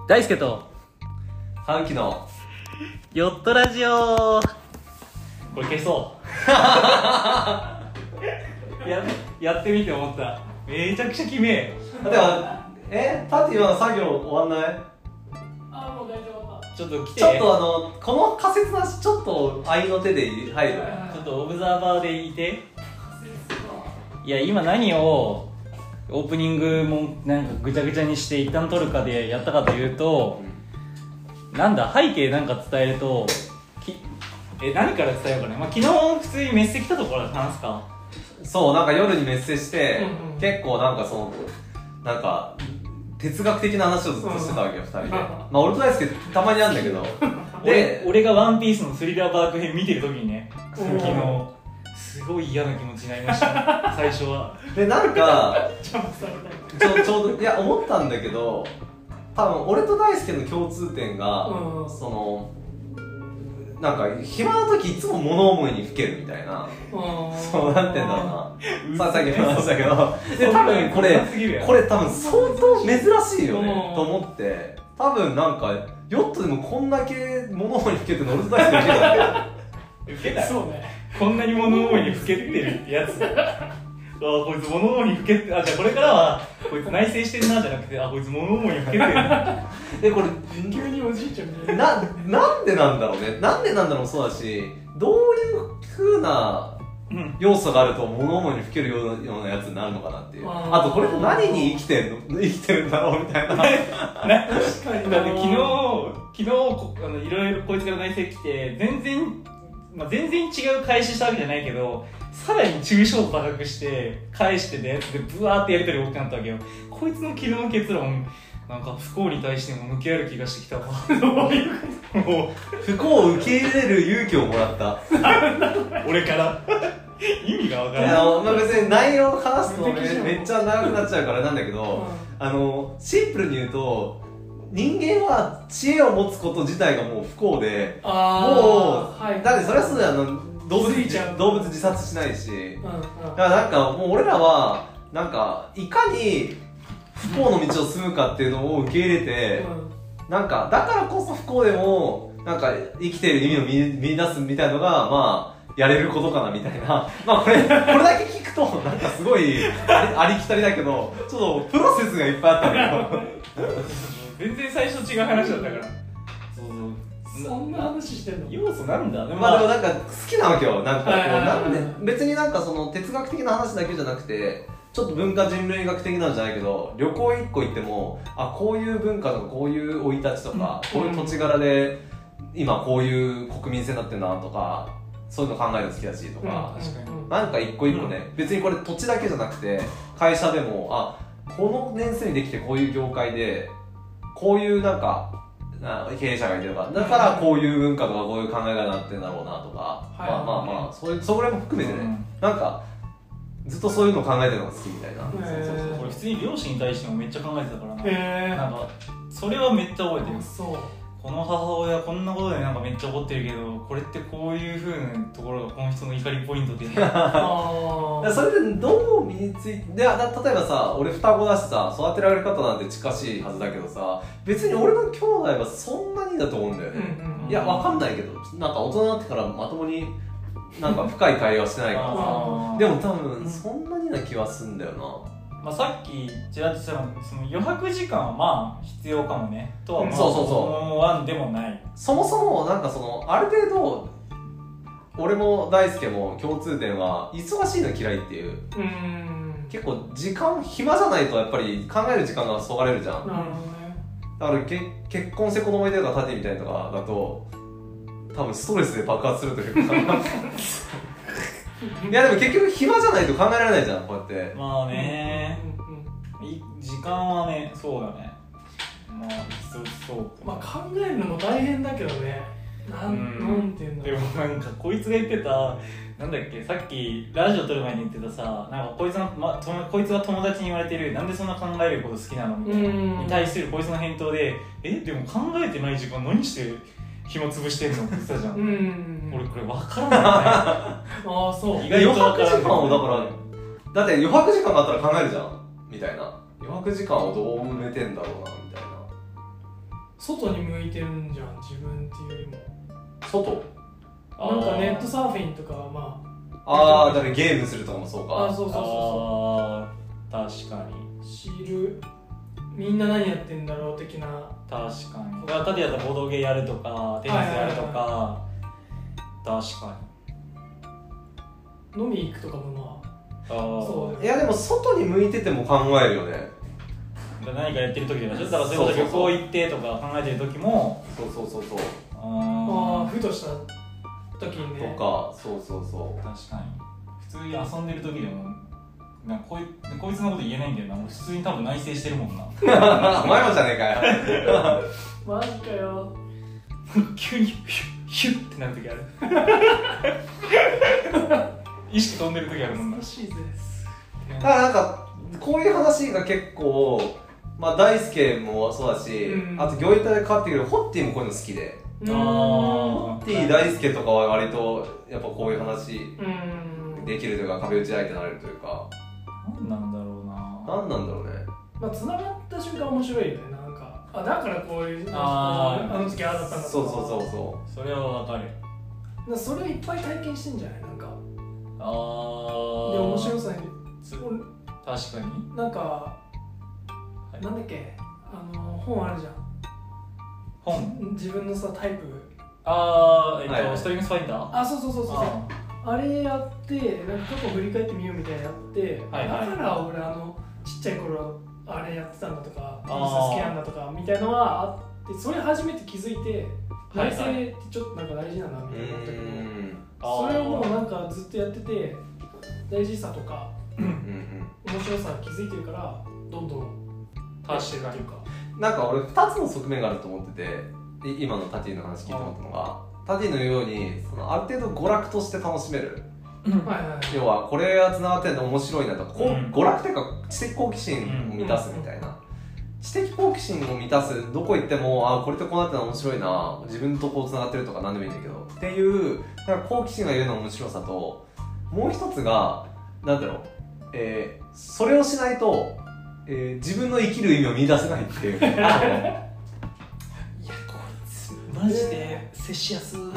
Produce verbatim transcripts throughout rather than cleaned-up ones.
大輔と歓喜のヨットラジオ。これ消そうや, やってみて思った。めちゃくちゃきめえ。 でもえパティは作業終わんない？ あ、もう大丈夫だ。 ちょっと来て。 ちょっとあのこの仮説なしちょっと合いの手で入る。 ちょっとオブザーバーでいて。いや今何をオープニングもなんかぐちゃぐちゃにして一旦撮るかでやったかというと、うん、なんだ背景なんか伝えるときえ何から伝えようかね。まあ、昨日普通にメッセ来たところで話すか。 そうなんか夜にメッセして、うんうん、結構なんかそのなんか哲学的な話をずっとしてたわけよ、うん、ふたりで。まあ俺と大輔たまにあるんだけどで 俺, 俺がワンピースのスリラーバーク編見てる時にね、昨日すごい嫌な気持ちになりましたね最初は。 でなんかちょちょうどいや思ったんだけど、多分俺と大輔の共通点が、うん、そのなんか暇な時いつも物思いにふけるみたいな、うん、そうなんて言うんだろうな、ささっき話したけどで多分これこれ多分相当珍しいよねと思って、多分なんかヨットでもこんだけ物思いにふけてるの俺と大輔だけだねふけたそうね、こんなに物思いにふけてるってやつあこいつ物思いにふけて、あじゃあこれからはこいつ内省してるなじゃなくて、あこいつ物思いにふけてるでこれ急におじいちゃんみたいななんでなんだろうね、なんでなんだろうもそうだし、どういう風な要素があると物思いにふけるような、ようなやつになるのかなっていう。 あ, あとこれって何に生きてんの生きてるんだろうみたいな確かに。だって昨日昨日あのいろいろこいつから内省来て全然まあ、全然違う返ししたわけじゃないけど、さらに抽象度高くして返してねやつでブワーってやり取り多くなったわけよ。こいつの昨日の結論なんか不幸に対しても向き合える気がしてきたわ不幸を受け入れる勇気をもらった俺から意味がわからない。 いや、まあ、別に内容を話すと め, めっちゃ長くなっちゃうからなんだけど、うん、あのシンプルに言うと人間は知恵を持つこと自体がもう不幸で、もう、はい、だってそれはそうだよ、あの動物動物自殺しないし、うんうん、だからなんかもう俺らはなんかいかに不幸の道を進むかっていうのを受け入れて、うん、なんかだからこそ不幸でもなんか生きている意味を 見, 見出すみたいなのがまあやれることかなみたいな。まあこれこれだけ聞くとなんかすごいありきたりだけど、ちょっとプロセスがいっぱいあったけど全然最初違う話だったから。 そうそう。そんな話してんの？ 要素なんだ。 まあでもなんか好きなわけよ。なんかこうなんで別になんかその哲学的な話だけじゃなくて、ちょっと文化人類学的なんじゃないけど、旅行一個行ってもあこういう文化とかこういう生い立ちとか、うん、こういう土地柄で今こういう国民性になってるなとか、そういうの考えるの好きだしとか、うん、確かになんか一個一個ね、うん、別にこれ土地だけじゃなくて会社でもあこの年数にできてこういう業界でこういうなんか経営者がいてるからだからこういう文化とかこういう考え方になってるんだろうなとか、はい、まあまあまあそういうそれも含めてね、うん、なんかずっとそういうのを考えてるのが好きみたいな。 そうそうそう。俺普通に両親に対してもめっちゃ考えてたからな。へー。なんかそれはめっちゃ覚えてる。そう。この母親こんなことでなんかめっちゃ怒ってるけど、これってこういう風なところがこの人の怒りポイントであそれでどう身についてで、例えばさ俺双子だしさ育てられ方なんて近しいはずだけどさ、別に俺の兄弟はそんなにだと思うんだよね、うんうん、いやわかんないけどなんか大人になってからまともになんか深い会話してないからさでも多分そんなにな気はすんだよな。 まあ、さっきちらっとしたのその余白時間はまあ必要かもねとはまあそうそうそう思わんでもない。 そもそもなんかそのある程度俺も大輔も共通点は忙しいの嫌いっていう、うーん結構時間暇じゃないとやっぱり考える時間がそがれるじゃん。なるほどね。だからけ結婚して子供いてるから立てみたいなとかだと多分ストレスで爆発するというかいやでも結局暇じゃないと考えられないじゃんこうやって。まあねー、うんうん、時間はねそうだね。まあそうそうまあ考えるのも大変だけどね。なん、うん、なんていうんだろう。 でもなんかこいつが言ってたなんだっけさっきラジオ撮る前に言ってたさなんかこいつの、ま、とこいつが友達に言われてるなんでそんな考えること好きなのみたいなに対するこいつの返答でえでも考えてない時間何して暇つぶしてんのって言ってたじゃん。うん俺これ分からないねああそう意外と分からん。余白時間をだからだって余白時間があったら考えるじゃんみたいな。余白時間をどう埋めてんだろうなみたいな。 外に向いてるんじゃん自分っていうよりも。 外なんかネットサーフィンとかはまああだからゲームするとかもそうか。 ああそうそうそうあー確かにそう知るみんな何やってんだろう的な。 確かに。だから例えばボードゲーやるとかテニスやるとか、 はいはいは確かに。 飲み行くとかもまああそういやでも外に向いてても考えるよね。 何かやってる時とかだからそれこそ旅行行ってとか考えてる時もそうそうそうそうあああふとした時にねとかそうそうそう確かに普通に遊んでる時でもなんかこいこいつのこと言えないんだよな。普通に多分内省してるもんな。 お前もじゃねえかよマジかよ。 急にヒュッヒュッってなる時ある意識飛んでる時あるもんな。 楽しいですだからなんかこういう話が結構まあ大輔もそうだし、うん、あと行板で変わってくるホッティもこういうの好きで、 あーホッティ大輔とかは割とやっぱこういう話うんできるというか壁打ち相手になれるというか何なんだろうな。 何なんだろうね。 まあ繋がった瞬間面白いよね。なんかあだからこういうああの時ああだったんだとか。 そうそうそうそうそれはわかる。 だそれをいっぱい体験してんじゃない。なんかあーで面白さに確かになんか、 はい、 なんだっけあの本あるじゃん。 本自分のさタイプあーえっと、 はいはい、 ストリングスファインダーあそうそうそうそうあ, あれやってなんか過去振り返ってみようみたいなやって、 はいはい、 だから俺あのちっちゃい頃あれやってたんだとかテニス好きなんだとかみたいなのはあってそれ初めて気づいて内省ってちょっとなんか大事だなみたいな思ったけど、それをもうなんかずっとやってて大事さとか面白さ気づいてるからどんどん達してるっていうかなんか俺ふたつの側面があると思ってて今のタティの話聞いて思ったのがタティのようにそのある程度娯楽として楽しめる、 うんはいはい、 要はこれがつながってるの面白いなとか、うん、娯楽というか知的好奇心を満たすみたいな、うん、知的好奇心を満たすどこ行ってもあこれとこうなってるの面白いな自分とこうつながってるとか何でもいいんだけどっていうなんか好奇心が言うの面白さともう一つがなんだろう、えー、それをしないと、えー、自分の生きる意味を見出せないっていういやマジで接しやす共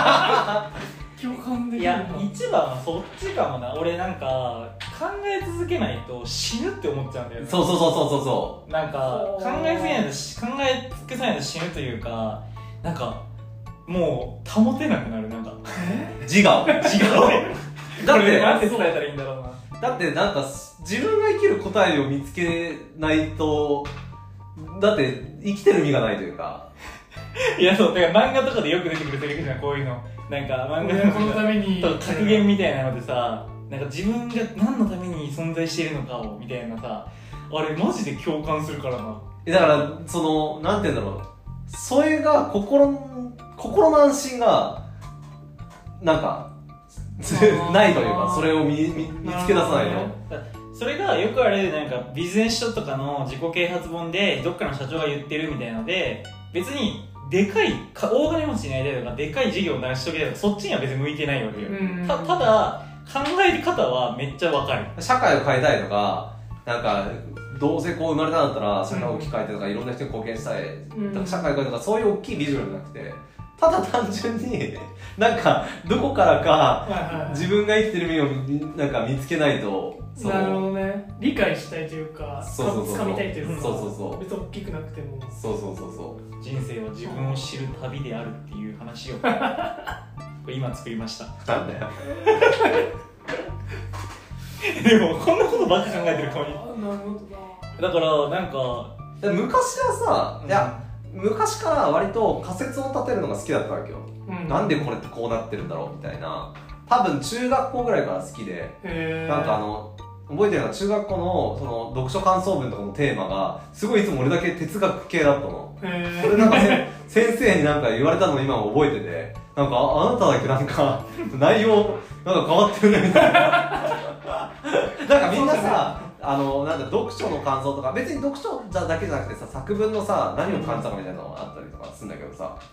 感できる。 いや一番はそっちかもな。俺なんか考え続けないと死ぬって思っちゃうんだよね。 そうそうそうそうそうそうなんか考えすぎないと考え尽くさないと死ぬというかなんかもう保てなくなる。なんか自我自我だってなんて伝えたらいいんだろうな。 だってなんか自分が生きる答えを見つけないとだって生きてる意味がないというかいやそうだから漫画とかでよく出てくるセリフじゃんこういうの。なんか漫画のこのために格言みたいなのでさなんか自分が何のために存在しているのかをみたいなさあれマジで共感するからな。 だからそのなんて言うんだろうそれが心心の安心がなんかないというかそれを 見, 見, 見つけ出さないとそれがよくあるなんかビジネス書とかの自己啓発本でどっかの社長が言ってるみたいなので別にでかい大金持ちになりたいとかでかい事業を成し遂げたいとかそっちには別に向いてないわけよ。た, ただ考える方はめっちゃわかる。 社会を変えたいとかなんかどうせこう生まれたんだったら社会を置き換えてとか、うん、いろんな人に貢献したい、うん、だから社会を変えるとかそういう大きいビジョンじゃなくてただ単純になんかどこからか自分が生きてる意味をなんか見つけないとなるほどね理解したいというかつかみたいというかそうそうそう別に大きくなくてもそうそうそうそう人生は自分を知る旅であるっていう話をこれ今作りました。 なんだよでもこんなことばっか考えてる顔になるほどだからなんか昔はさ、うん、いや昔から割と仮説を立てるのが好きだったわけよ、うん、なんでこれってこうなってるんだろうみたいな多分中学校ぐらいから好きでなんかあの覚えてるのは中学校のその読書感想文とかのテーマがすごいいつも俺だけ哲学系だったの。それなんか先生になんか言われたのを今も覚えててなんか あ, あなただけなんか内容なんか変わってるねみたいななんかみんなさあのなんだ読書の感想とか別に読書だけじゃなくてさ作文のさ何を感じたかみたいなのがあったりとかするんだけどさ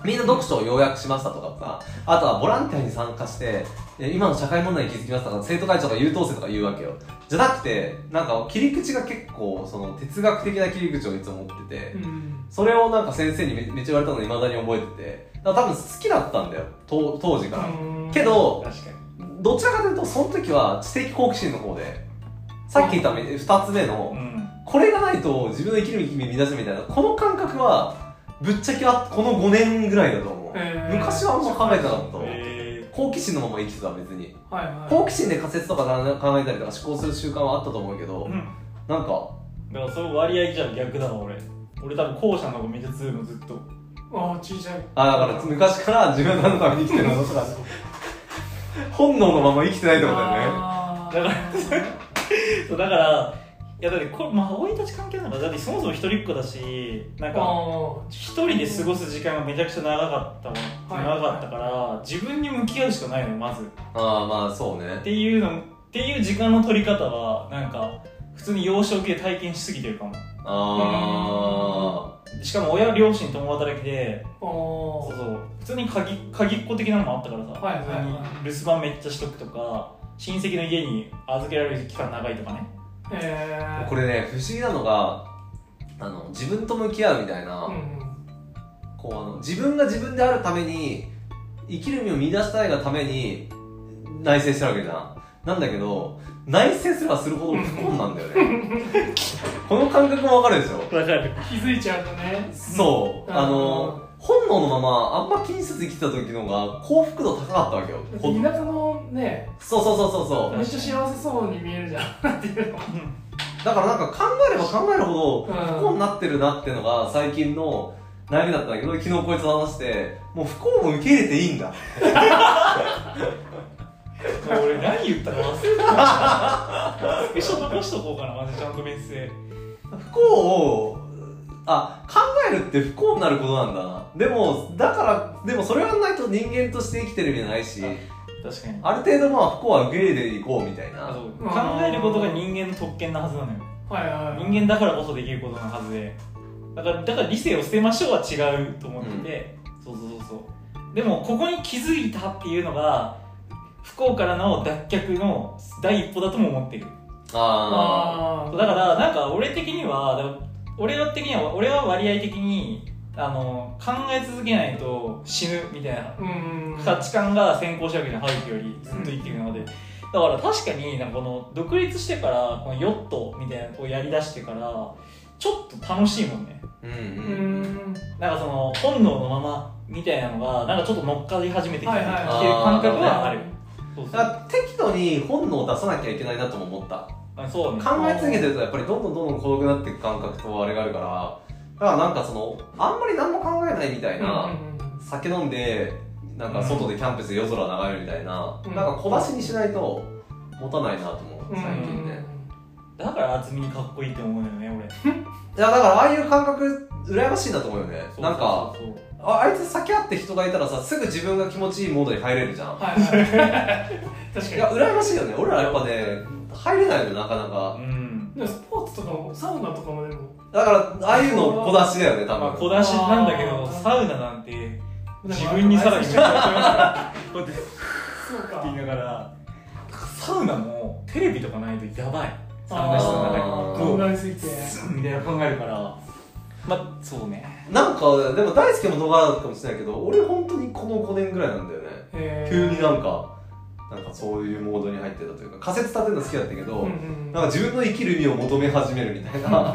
みんな読書を要約しましたとかさ、あとはボランティアに参加して今の社会問題に気づきましたとか生徒会長とか優等生とか言うわけよ。じゃなくてなんか切り口が結構その哲学的な切り口をいつも持ってて、うん、それをなんか先生に め, めっちゃ言われたのを未だに覚えてて、だから多分好きだったんだよ当時から。けど確かにどちらかというとその時は知的好奇心の方で、さっき言ったふたつめの、うん、これがないと自分の生きる意味見出すみたいなこの感覚はぶっちゃけはこのごねんぐらいだと思う、えー、昔はあんま考えてなかった、えー、好奇心のまま生きてた別に、はいはい、好奇心で仮説とか考えたりとか思考する習慣はあったと思うけど、うん、なんかだからその割合じゃ逆だわ。俺俺多分後者の方がめっちゃ強いのずっと。 ああ小さい。 あだから昔から自分のために生きてるのとか本能のまま生きてないってことだよね。 だからそうだからいやだってこれまあ生い立ち関係ないから、だってそもそも一人っ子だし、なんか一人で過ごす時間がめちゃくちゃ長かったもん、長かったから自分に向き合うしかないのよまず。 ああまあそうね。 っていうのっていう時間の取り方はなんか普通に幼少期で体験しすぎてるかも。ああ。しかも親両親共働きで、そうそう普通に鍵鍵っ子的なのもあったからさ、はいはいはい、普通に留守番めっちゃしとくとか、親戚の家に預けられる期間長いとかね。 えー、これね不思議なのがあの自分と向き合うみたいな、うんうん、こうあの自分が自分であるために生きる意味を見出したいがために内省してるわけじゃん。なんだけど内省すればするほど不幸なんだよねこの感覚もわかるでしょ。 わかる。気づいちゃうとね。 そう、うん、あの本能のままあんま気にせず生きてた時の方が幸福度高かったわけよ。 田舎のね、 そうそうそうそうそうめっちゃ幸せそうに見えるじゃんっていうのだからなんか考えれば考えるほど不幸になってるなっていうのが最近の悩みだったんだけど、昨日こいつと話してもう不幸も受け入れていいんだ俺何言ったか忘れたスペシャル残しとこうかなマジちゃんとメッセージ。 不幸をあ考えるって不幸になることなんだな。でもだからでもそれがないと人間として生きてる意味じゃないし、 確かにある程度まあ不幸は受け入れていこうみたいな。 考えることが人間の特権なはずなのよ、はいはいはい、人間だからこそできることなはずで、だからだから理性を捨てましょうは違うと思ってて、うん、そうそうそうそうでもここに気づいたっていうのが不幸からの脱却の第一歩だとも思ってる。ああだからなんか俺的には俺は的には俺は割合的にあの考え続けないと死ぬみたいな価値観が先行したわけじゃん、ハウキよりずっと生きていく中で、うん、だから確かになんかこの独立してからこのヨットみたいなのをやりだしてからちょっと楽しいもんね。うんうん、なんかその本能のままみたいなのがなんかちょっと乗っかり始めてきてる感覚はある。 そうそうだから適度に本能を出さなきゃいけないなとも思った。 あそうね、 考え続けてるとやっぱりどんどんどんどん孤独になっていく感覚とあれがあるから、だからなんかそのあんまり何も考えないみたいな、酒飲んでなんか外でキャンプして夜空眺めるみたいな、うん、なんか小出しにしないと持たないなと思う最近ね。 だから厚みにかっこいいって思うのよね俺。いやだからああいう感覚羨ましいなと思うよね。なんかあ, あいつ酒あって人がいたらさすぐ自分が気持ちいいモードに入れるじゃん。はいはい確かに。いや羨ましいよね。俺らやっぱね入れないよなかなか。うん。 でもスポーツとかもサウナとかもでも。 だからああいうの小出しだよね多分。まあ、 小出しなんだけどサウナなんて自分にさらにめっちゃやってますから。こうやってそうかって言いながらサウナもテレビとかないとやばい。サウナ室の中に考えすぎてみたいな考えるから。まあそうね。 なんかでも大輔も動画だったかもしれないけど俺本当にこのごねんぐらいなんだよね。急になんかなんかそういうモードに入ってたというか仮説立てるの好きだったけど、うんうん、なんか自分の生きる意味を求め始めるみたいな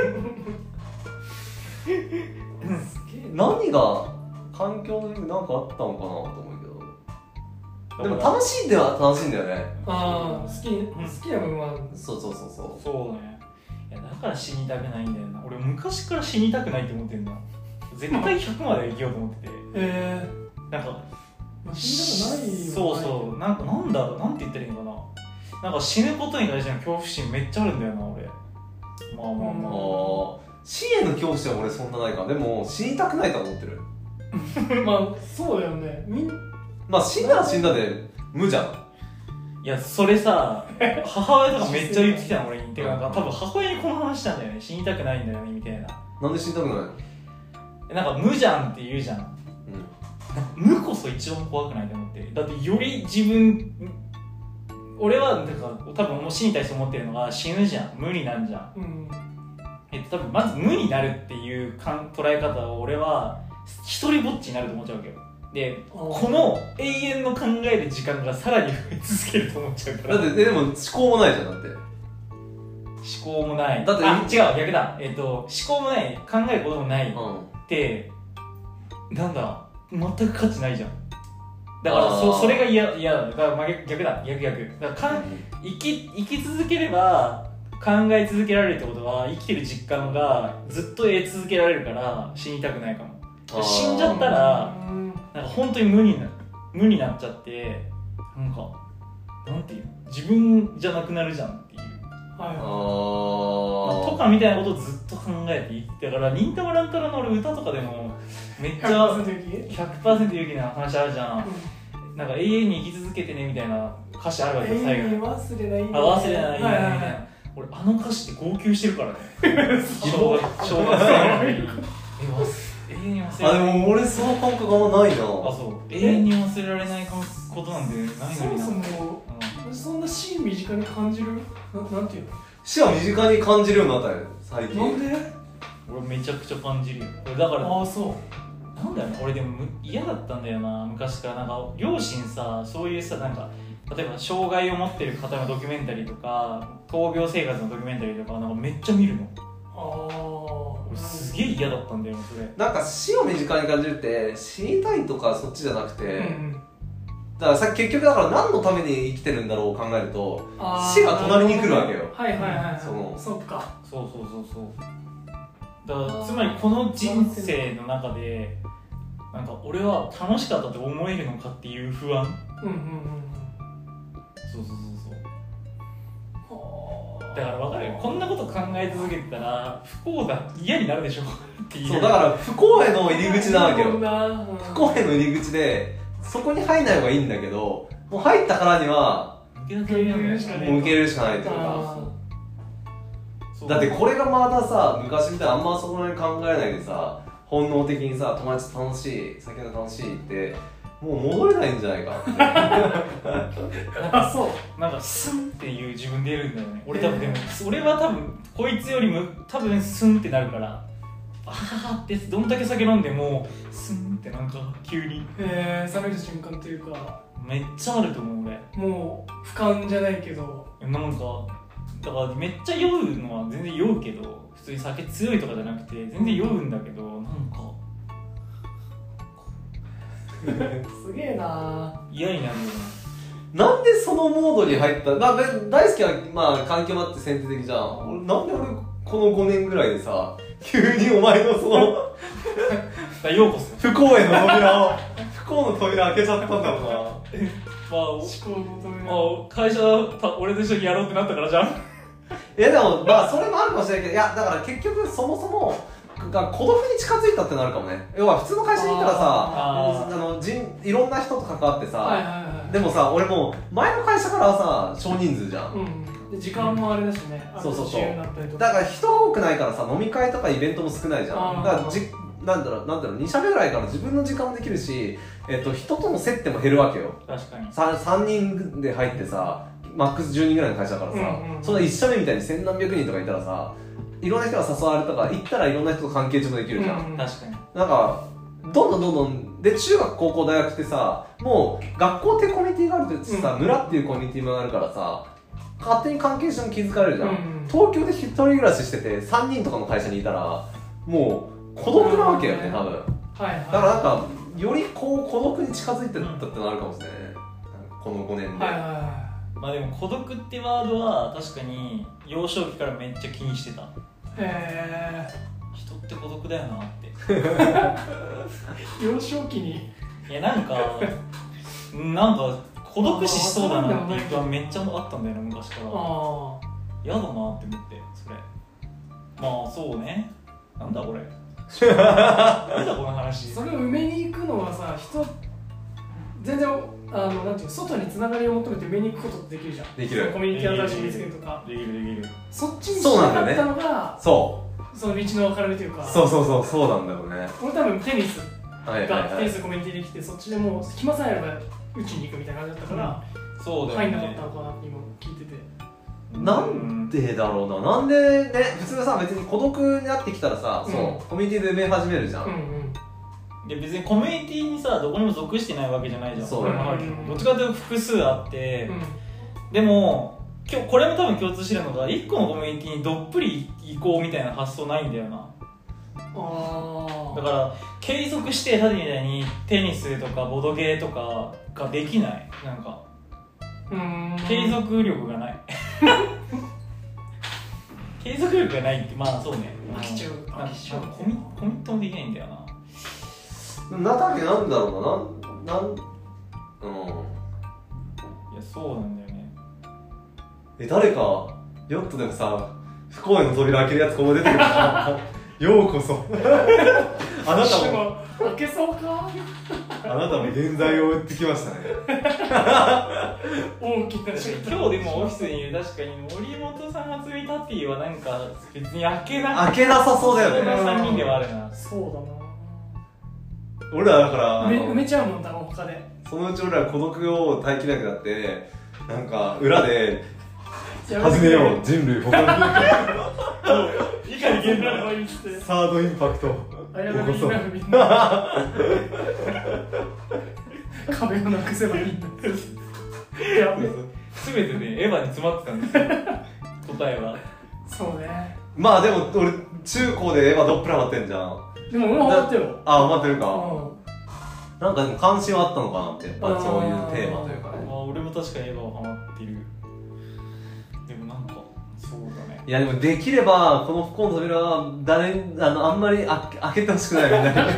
何が環境の意味なんかあったのかなと思うけど、でも楽しいんでは楽しいんだよね。ああ好き好きな部分はそうそうそうそうそうね。いやだから死にたくないんだよな。俺昔から死にたくないって思ってんの。絶対ひゃくまで生きようと思ってて。えー、なんか死にたくないよ。 そうそうなんかなんだろうなんて言ったらいいのかな。なんか死ぬことに対しての恐怖心めっちゃあるんだよな俺。まあまあまあ。 あ死への恐怖心は俺そんなないか。でも死にたくないと思ってる。 まあそうだよね。みんまあ死んだら死んだで無じゃん。 いやそれさ母親とかめっちゃ言ってきたの俺に。てかなんか多分母親にこの話したんだよね。死にたくないんだよねみたいな。 なんで死にたくないの？ なんか無じゃんって言うじゃん、 無こそ一番怖くないと思って。だってより自分、俺はだから多分もう死に対して思ってるのが死ぬじゃん、無になるじゃん、うん、えっと多分まず無になるっていう捉え方を俺は一人ぼっちになると思っちゃうわけよ。でこの永遠の考える時間がさらに増え続けると思っちゃうから。 だってでも思考もないじゃん。だって思考もない。 だってあ違う逆だ、えっと思考もない考えることもない、うん、ってなんだ全く価値ないじゃん。だから そ, それが嫌嫌だ。だから真逆逆だ逆逆だからか、うん、生き生き続ければ考え続けられるってことは生きてる実感がずっと得続けられるから死にたくないかも。死んじゃったらなんか本当に無にな無になっちゃってなんかなんていうの自分じゃなくなるじゃんっていう、はい、あとかみたいなことをずっと考えていってだから忍たま乱太郎の俺歌とかでもめっちゃ ひゃくパーセント 勇気 ひゃくパーセント 勇気な話あるじゃん、うん、なんか永遠に生き続けてねみたいな歌詞あるわけよ最後に忘れないねあ忘れないねみたいな、はいはい、俺あの歌詞って号泣してるからね小学生の時に永遠に忘れられない。 あでも俺その感覚あんまないな。あそう永遠に忘れられないことなんてないのにな。 そもそも、うん、そんな死身近に感じる な, なんていうの死は身近に感じるようになったよ最近。 なんで俺めちゃくちゃ感じるよ。だからあそうなんだよね俺でも嫌だったんだよな昔から。なんか両親さそういうさなんか例えば障害を持ってる方のドキュメンタリーとか闘病生活のドキュメンタリーとかなんかめっちゃ見るの。あ俺すげえ嫌だったんだよそれ。 なんか死を身近に感じるって死にたいとかそっちじゃなくて、うん、だからさ結局だから何のために生きてるんだろうを考えると死が隣に来るわけよ。 はいはいはい、 そのそっかそうそうそうそうだからつまりこの人生の中でなんか俺は楽しかったって思えるのかっていう不安。うんうんうんそうそうそうだから分かるよこんなこと考え続けてたら不幸だ嫌になるでしょっていう。 そうだから不幸への入り口なわけよ、うん、不幸への入り口でそこに入んない方がいいんだけどもう入ったからには受け入れるしかない受け入れるしかないっていうかだってこれがまださ昔みたいにあんまそこまで考えないでさ本能的にさ友達と楽しい酒が楽しいってもう戻れないんじゃないかってあそうなんかスンっていう自分出るんだよね俺多分。でも俺は多分こいつよりも多分スンってなるからあははってどんだけ酒飲んでもスンってなんか急にへえ冷める瞬間というかめっちゃあると思う俺。もう俯瞰じゃないけどなんかだからめっちゃ酔うのは全然酔うけど普通に酒強いとかじゃなくて全然酔うんだけどなんかすげえな嫌になるよね。 なんでそのモードに入った、まあ、大好きはまあ環境もあって先天的じゃん。俺なんで俺このごねんぐらいでさ急にお前のそのようこそ不幸への扉を不幸の扉開けちゃったんだろうなまあ、 思考の扉あ会社俺と一緒にやろうってなったからじゃん。 いやでもまあそれもあるかもしれないけどいやだから結局そもそもが孤独に近づいたってなるかもね。要は普通の会社に行ったらさ あ, あの人いろんな人と関わってさ、はいはいはい、でもさ俺もう前の会社からはさ少人数じゃん、うん、 で時間もあれだしね、うん、そうそうそうだから人が多くないからさ飲み会とかイベントも少ないじゃん。だからじなんだろうなんだろうに社目ぐらいから自分の時間もできるし、えっと、人との接点も減るわけよ。 確かに 3, さんにんで入ってさマックスじゅうにんぐらいの会社だからさ、うんうん、そのいち社目みたいに千何百人とかいたらさいろんな人が誘われたから行ったらいろんな人と関係値もできるじゃん、うんうん、 確かになんかどんどんどんどんで中学高校大学ってさもう学校っていうコミュニティがあるってさ、うん、村っていうコミュニティもあるからさ勝手に関係者も気づかれるじゃん、うんうん、東京で一人暮らししててさんにんとかの会社にいたらもう孤独なわけよね、うん、多分、はいはい、だからなんかよりこう孤独に近づいてったってのあるかもしれないね、うん、このごねんで、はいはいはい、 まあでも孤独ってワードは確かに幼少期からめっちゃ気にしてた。へー人って孤独だよなって幼少期にいやなんかなんか孤独死しそうだなっていう気はめっちゃあったんだよな昔から。あ嫌だなって思ってそれまあそうねなんだこれなんだこの話。 それを埋めに行くのはさ人全然あのなんていう外につながりを求めて埋めに行くことってできるじゃん。 できる。 コミュニティ新しい見つけるとかできるできる。 そっちにしなかったのがそうその道の分かれ目というかそうそうそうそうなんだよね。 俺多分テニスはいはいはいがテニスコミュニティできて、そっちでもう暇さえあれば打ちに行くみたいな感じだったから、 うん、そうだよね、 入んなかったのかなって今聞いてて。 なんでだろうな、なんでね、普通さ別に孤独になってきたらさ、うん、そうコミュニティで埋め始めるじゃん、うんうん、 いや別にコミュニティにさどこにも属してないわけじゃないじゃん。 そうだね、 どっちかというと複数あって、うん、でも今日これも多分共通してるのがいっこのコミュニティにどっぷり行こうみたいな発想ないんだよな。あだから継続してさっきみたいにテニスとかボドゲーとかができない、なんかうーん継続力がない継続力がないって、まあそうね、 飽きちゃう飽きちゃう、コミコミットもできないんだよな。 なだけなんだろうな、なんなんうんいやそうなんだよね。 え誰かヨットでもさ不幸への扉開けるやつここ出てくるからようこそあなたも開けそうかあなたも現在を売ってきましたね大きな今日でもオフィスにいる、確かに森本さん初見タティはなんか別に開けな開けなさそうだよね。 そんなさんにんではあるな。 そうだな、 俺らだから埋め、埋めちゃうもんだもん他で。 そのうち俺ら孤独を耐えきれなくなってなんか裏で始めよう人類他のいかに現代のにしてサードインパクトあやめみんなみんな壁をなくせばいいんだやべ全てねエヴァに詰まってたんですよ答えは。 そうね。 まあでも俺中高でエヴァどっぷらハマってんじゃん。 でも俺もハマってるよ。 あハマってるか、 うん、 なんかでも関心はあったのかなって、やっぱそういうテーマというかね。 まあ俺も確かにエヴァはハマってる。でもなんかそうだね。 いやでもできればこの不幸の扉は誰あのあんまりあ開けてほしくないみんなに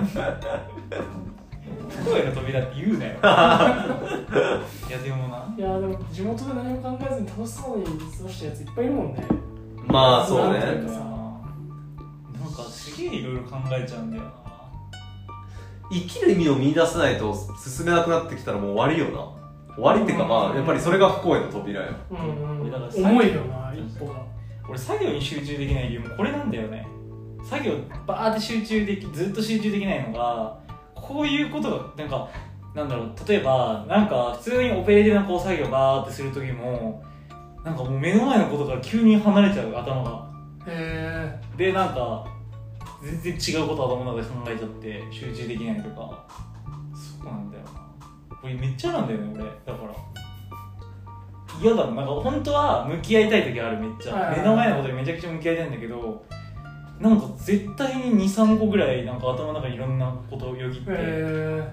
不幸への扉って言うなよいやでもな、 いやでも地元で何も考えずに楽しそうに過ごしたやついっぱいいるもんね。 まあそうね。 なんかさ、なんかすげえいろいろ考えちゃうんだよな。 生きる意味を見出せないと進めなくなってきたらもう終わりよな。終わりっていうか、まあやっぱりそれが不幸への扉よ。 うんうん、だから重いよな一歩が。 俺作業に集中できない理由もこれなんだよね。作業バーって集中できずっと集中できないのがこういうことがなんかなんだろう、例えばなんか普通にオペレーティブなこう作業バーってする時もなんかもう目の前のことから急に離れちゃう頭が。へー。でなんか全然違うこと頭の中で考えちゃって集中できないとか。そうなんだよな。これめっちゃなんだよね俺。だから嫌だもん。なんか本当は向き合いたい時ある、めっちゃ目の前のことにめちゃくちゃ向き合いたいんだけど、なんか絶対に にさんこぐらいなんか頭の中にいろんなことをよぎって、へ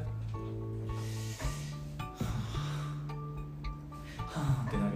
はぁってなる。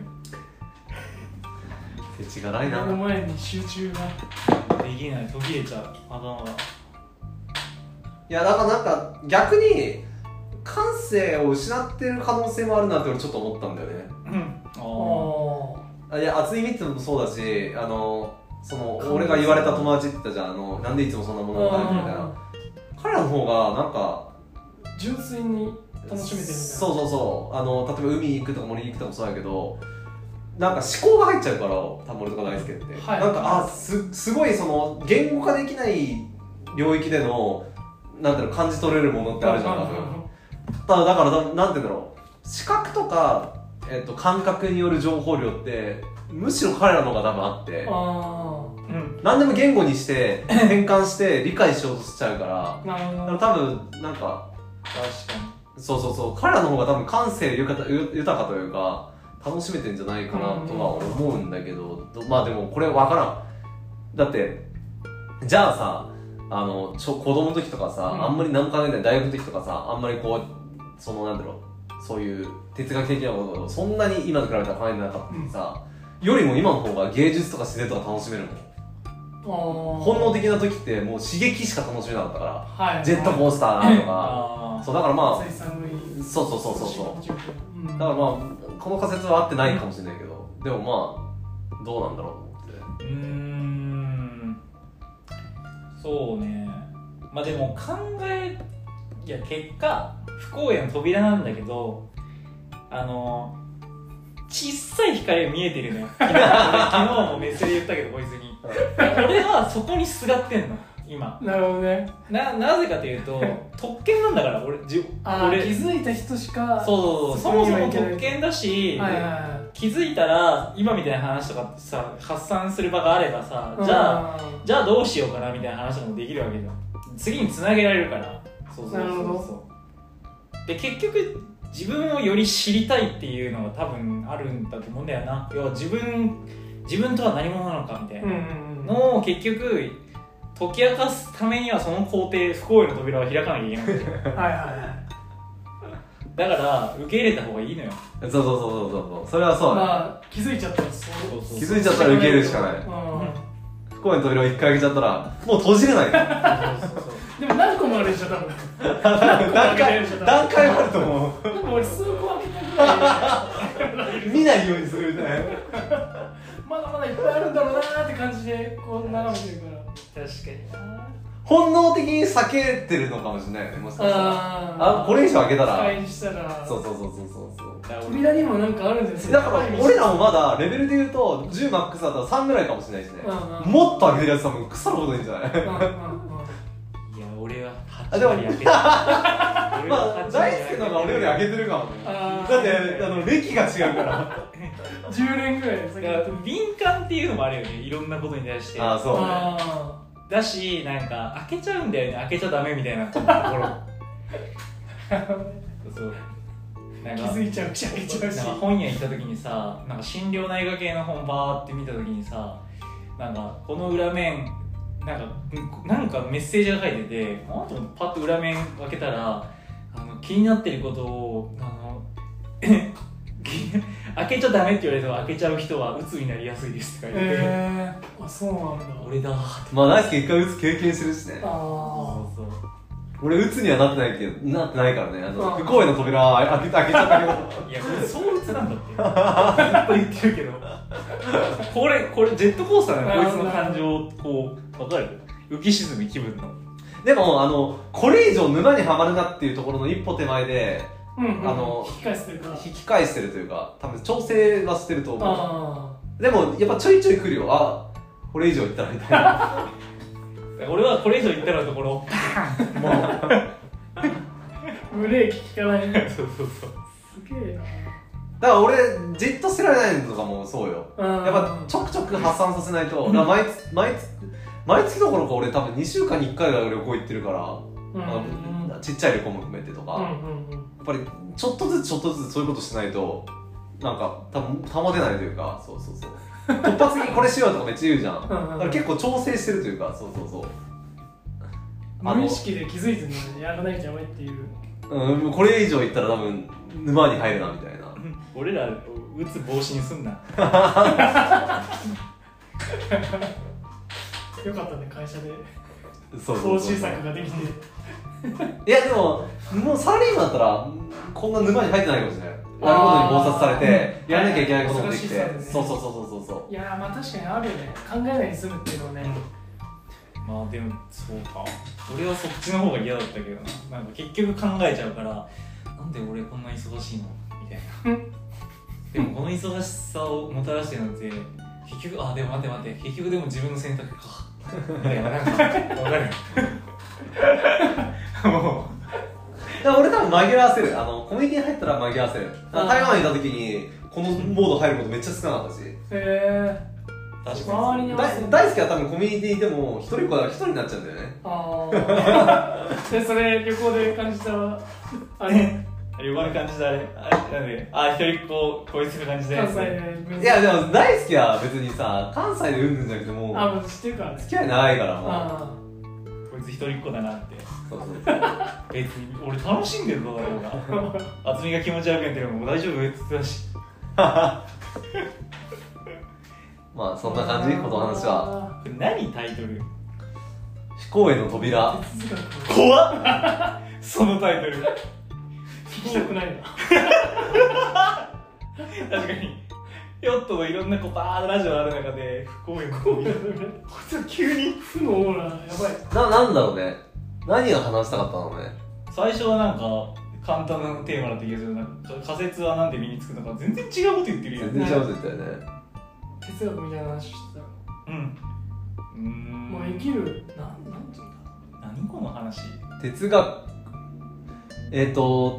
手違がないな。 目の前に集中ができない、途切れちゃう頭が。 いやだからなんか逆に感性を失ってる可能性もあるなって俺ちょっと思ったんだよね。うん。ああ。いや厚いみつもそうだし、あのその俺が言われた友達って言ったじゃん、あのなんでいつもそんなものがあるみたいな。彼らの方がなんか純粋に楽しめてるみたいな。 そうそうそう。あの例えば海に行くとか森に行くとかもそうだけど、なんか思考が入っちゃうからタモリとか大輔って、はい、なんかあすすごいその言語化できない領域でのなんていうの感じ取れるものってあるじゃん。多分ただだからなんていうんだろう、視覚とか、えっと、感覚による情報量ってむしろ彼らの方が多分あって、あ、うん、何でも言語にして変換して理解しようとしちゃうからだから多分なんか確かにそうそうそう彼らの方が多分感性豊かというか楽しめてんじゃないかなとは思うんだけど、うん、まあでもこれ分からん。だってじゃあさあのちょ子供の時とかさ、うん、あんまり何も考えない大学の時とかさあんまりこうそのなんだろうそういう哲学的なことをそんなに今と比べたら考えてなかったりさ、うん、よりも今の方が芸術とか自然とか楽しめるもん。本能的な時ってもう刺激しか楽しめなかったから、はい、ジェットコースターとかそうだからまあそうそうそうそうそう、うん、だからまあこの仮説は合ってないかもしれないけど、うん、でもまあどうなんだろうと思って。うーんそうね。まあでも考えいや結果不幸への扉なんだけど、あの小さい光が見えてるのよ昨日もメッセージ言ったけどこいつに俺はそこにすがってんの今。 なるほどね。 ななぜかというと特権なんだから俺じあ俺気づいた人しかそうそうそうそもそも特権だし、 はいはいはい、 気づいたら今みたいな話とかってさ発散する場があればさ、じゃあじゃあどうしようかなみたいな話とかもできるわけじゃん。次につなげられるから。そうそうそうそうで結局自分をより知りたいっていうのが多分あるんだと思うんだよな。要は自分自分とは何者なのかみたいなのを結局解き明かすためにはその工程不幸への扉を開かなきゃいけないはいはいはいだから受け入れた方がいいのよ。 そうそうそうそうそうそれはそうだね、まあ、気づいちゃったらそうそうそう気づいちゃったら受け入れるしかない、うん、不幸への扉を一回開けちゃったらもう閉じれないそうそうそうでも何個もあるでしょ多分何回何回もあると思う。 でも俺数個開けたぐらい見ないようにするみたいなまだまだいっぱいあるんだろうなーって感じでこう眺めてるから。確かにな。 本能的に避けてるのかもしれないよね。もしかしたらあこれ以上開けたら開したらそうそうそうそうそう扉にもなんかあるんですよ。 だから俺らもまだレベルで言うとじゅうマックスだったらさんぐらいかもしれないしね、うんうん、もっと開けてるやつ多分腐るほどいいんじゃない、うんうんうん、いや俺ははち割開けてるまあ大輔の方が俺より開けてるかもね。だってあの歴が違うからじゅうねんぐらい敏感っていうのもあるよね、いろんなことに対して。 ああそうね。 だしなんか開けちゃうんだよね、開けちゃダメみたいなところそうなんか気づいちゃうし開けちゃうし、 なんか本屋行った時にさ、なんか心療内科系の本バーって見た時にさ、なんかこの裏面なんかなんかメッセージが書いてて、あとパッと裏面開けたら、あの気になってることをあの開けちゃダメって言われると開けちゃう人は鬱になりやすいですって書いてて、 えー、あそうなんだ。 俺だーって。 まあ大輔一回鬱経験してるしね。 あそうそう俺鬱にはなってないけどなってないからね。あの不幸への扉は開け開けちゃったけどいやこれそう鬱なんだってずっと言ってるけどこれこれジェットコースターなのこいつの感情をこう分かる浮き沈み気分の。 でもあのこれ以上沼にはまるなっていうところの一歩手前で、 うんうん、 あの引き返してるから引き返してるというか多分調整はしてると思う。でもやっぱちょいちょい来るよ。あこれ以上いったらみたいな俺はこれ以上いったらのところもうブレーキ効かないねそうそうそうすげえな。 だから俺じっとしてられないのとかもそうよ。やっぱちょくちょく発散させないとだから毎月毎月毎月どころか俺多分にしゅうかんにいっかいぐらい旅行行ってるから、うんうん、ちっちゃい旅行も含めてとか、うんうんうん、やっぱりちょっとずつちょっとずつそういうことしないとなんか多分保てないというか、そうそうそう突発的にこれしようとかめっちゃ言うじゃん。だから結構調整してるというか、そうそうそう無意識で気づいてるのにやらないとやばいっていう。 うん、これ以上いったら多分沼に入るなみたいな俺ら打つ防止にすんなよかったね、会社でそうそう防止策ができていやでももうサラリーマンだったらこんな沼に入ってないかもしれない。やることに忙殺されてやらなきゃいけないこともできて、ね、そうそうそうそうそう。 いやーまあ確かにあるよね、考えないで済むっていうのはね、 うん、まあでもそうか、俺はそっちの方が嫌だったけどな。なんか結局考えちゃうから、なんで俺こんな忙しいのみたいなでもこの忙しさをもたらしてるのって結局、あでも待って待って結局でも自分の選択かみたいな、なんか分かるもうだから俺多分紛らわせる。あのコミュニティに入ったら紛らわせる。台湾にいた時にこのモード入ることめっちゃ少なかったし。へえー、確かに周りに合わせる。 大好きは多分コミュニティでも一人っ子だから一人になっちゃうんだよね。 ああでそれ旅行で感じたあれ旅行で感じたあれあれなんで、あ一人っ子こいつが感じたやつ。 関西で。 いやでも大好きは別にさ関西でうんぬんじゃなくてもうあもう知ってるからね、 付き合い長いからもうあこいつ一人っ子だなって。 そうそうそう別に俺楽しんでるぞだろうが厚みが気持ち悪くなってるのも大丈夫って言ってたしまあそんな感じこの話は。 何タイトル不幸への扉。 怖っそのタイトル聞きたくないな確かにヨットのいろんなこうバーッとラジオある中で不幸への扉こいつは急に負のオーラやばいな。なんだろうね、何が話したかったのね。 最初はなんか簡単なテーマだった気がする。なんか仮説はなんで身につくのか全然違うこと言ってるよね。 全然違うこと言ったよね。 哲学みたいな話してた。 うんうーんまあ生きるなんなんていうんだ何この話。 哲学えっ、ー、と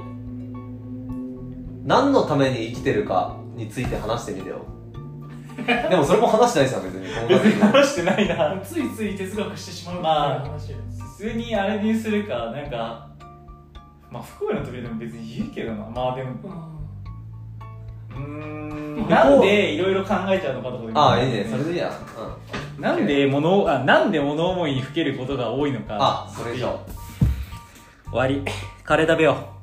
何のために生きてるかについて話してみてよでもそれも話してないですよ別にこの別に話してないな。 ついつい哲学してしまうっていうまあ話よ、 普通にあれにするか、なんかまあ福岡の時でも別に言うけどな。まあでもうーんなんでいろいろ考えちゃうのかとかでもああいいねそれでいいや、うん、 なんで物あなんで物思いにふけることが多いのか。 あそれ以上終わり。カレー食べよう。